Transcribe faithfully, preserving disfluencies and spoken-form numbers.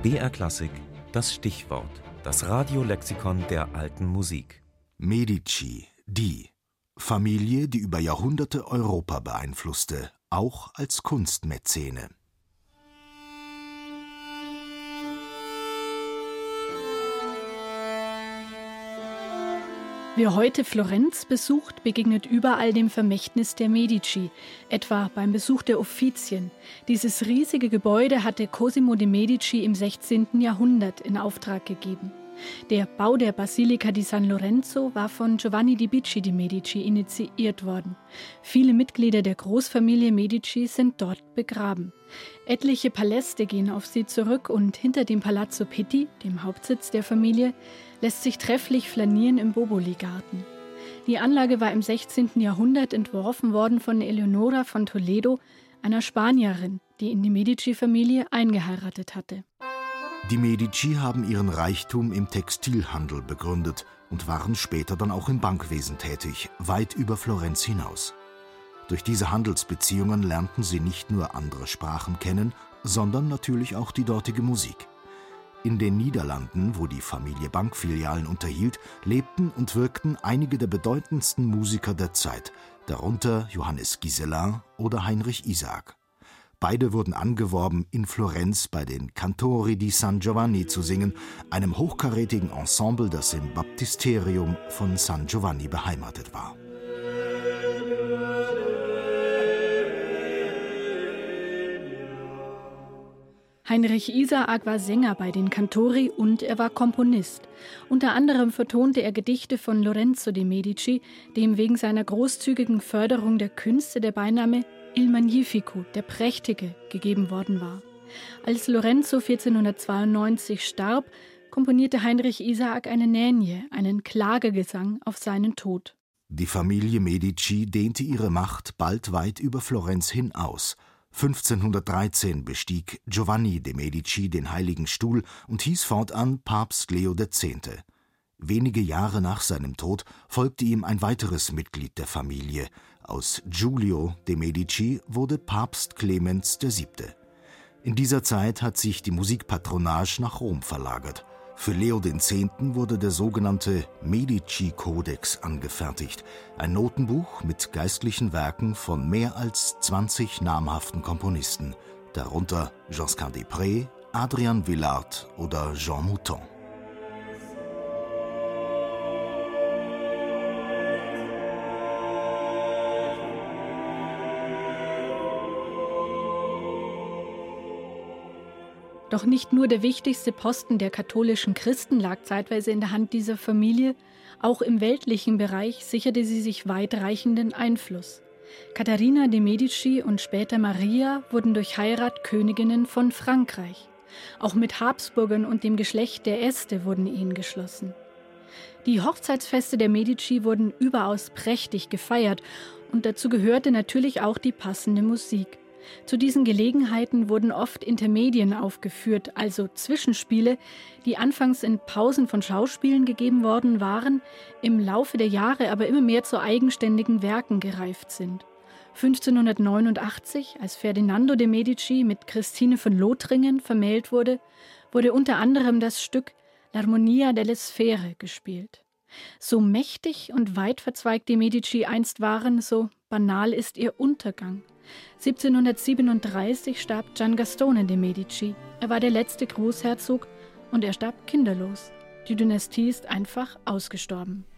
B R Klassik, das Stichwort, das Radiolexikon der alten Musik. Medici, die Familie, die über Jahrhunderte Europa beeinflusste, auch als Kunstmäzene. Wer heute Florenz besucht, begegnet überall dem Vermächtnis der Medici, etwa beim Besuch der Uffizien. Dieses riesige Gebäude hatte Cosimo de' Medici im sechzehnten Jahrhundert in Auftrag gegeben. Der Bau der Basilika di San Lorenzo war von Giovanni di Bicci de' Medici initiiert worden. Viele Mitglieder der Großfamilie Medici sind dort begraben. Etliche Paläste gehen auf sie zurück und hinter dem Palazzo Pitti, dem Hauptsitz der Familie, lässt sich trefflich flanieren im Boboli-Garten. Die Anlage war im sechzehnten Jahrhundert entworfen worden von Eleonora von Toledo, einer Spanierin, die in die Medici-Familie eingeheiratet hatte. Die Medici haben ihren Reichtum im Textilhandel begründet und waren später dann auch im Bankwesen tätig, weit über Florenz hinaus. Durch diese Handelsbeziehungen lernten sie nicht nur andere Sprachen kennen, sondern natürlich auch die dortige Musik. In den Niederlanden, wo die Familie Bankfilialen unterhielt, lebten und wirkten einige der bedeutendsten Musiker der Zeit, darunter Johannes Giselain oder Heinrich Isaac. Beide wurden angeworben, in Florenz bei den Cantori di San Giovanni zu singen, einem hochkarätigen Ensemble, das im Baptisterium von San Giovanni beheimatet war. Heinrich Isaac war Sänger bei den Cantori und er war Komponist. Unter anderem vertonte er Gedichte von Lorenzo de' Medici, dem wegen seiner großzügigen Förderung der Künste der Beiname Il Magnifico, der Prächtige, gegeben worden war. Als Lorenzo vierzehnhundertzweiundneunzig starb, komponierte Heinrich Isaac eine Nänie, einen Klagegesang auf seinen Tod. Die Familie Medici dehnte ihre Macht bald weit über Florenz hin aus. fünfzehnhundertdreizehn bestieg Giovanni de' Medici den Heiligen Stuhl und hieß fortan Papst Leo der Zehnte. Wenige Jahre nach seinem Tod folgte ihm ein weiteres Mitglied der Familie. Aus Giulio de' Medici wurde Papst Clemens der Siebte. In dieser Zeit hat sich die Musikpatronage nach Rom verlagert. Für Leo den Zehnten wurde der sogenannte Medici-Kodex angefertigt, ein Notenbuch mit geistlichen Werken von mehr als zwanzig namhaften Komponisten, darunter Josquin des Près, Adrian Villard oder Jean Mouton. Doch nicht nur der wichtigste Posten der katholischen Christen lag zeitweise in der Hand dieser Familie, auch im weltlichen Bereich sicherte sie sich weitreichenden Einfluss. Katharina de' Medici und später Maria wurden durch Heirat Königinnen von Frankreich. Auch mit Habsburgern und dem Geschlecht der Este wurden Ehen geschlossen. Die Hochzeitsfeste der Medici wurden überaus prächtig gefeiert und dazu gehörte natürlich auch die passende Musik. Zu diesen Gelegenheiten wurden oft Intermedien aufgeführt, also Zwischenspiele, die anfangs in Pausen von Schauspielen gegeben worden waren, im Laufe der Jahre aber immer mehr zu eigenständigen Werken gereift sind. fünfzehnhundertneunundachtzig, als Ferdinando de' Medici mit Christine von Lothringen vermählt wurde, wurde unter anderem das Stück L'Armonia delle Sfere gespielt. So mächtig und weit verzweigt die Medici einst waren, so banal ist ihr Untergang. siebzehnhundertsiebenunddreißig starb Giangastone de' Medici. Er war der letzte Großherzog und er starb kinderlos. Die Dynastie ist einfach ausgestorben.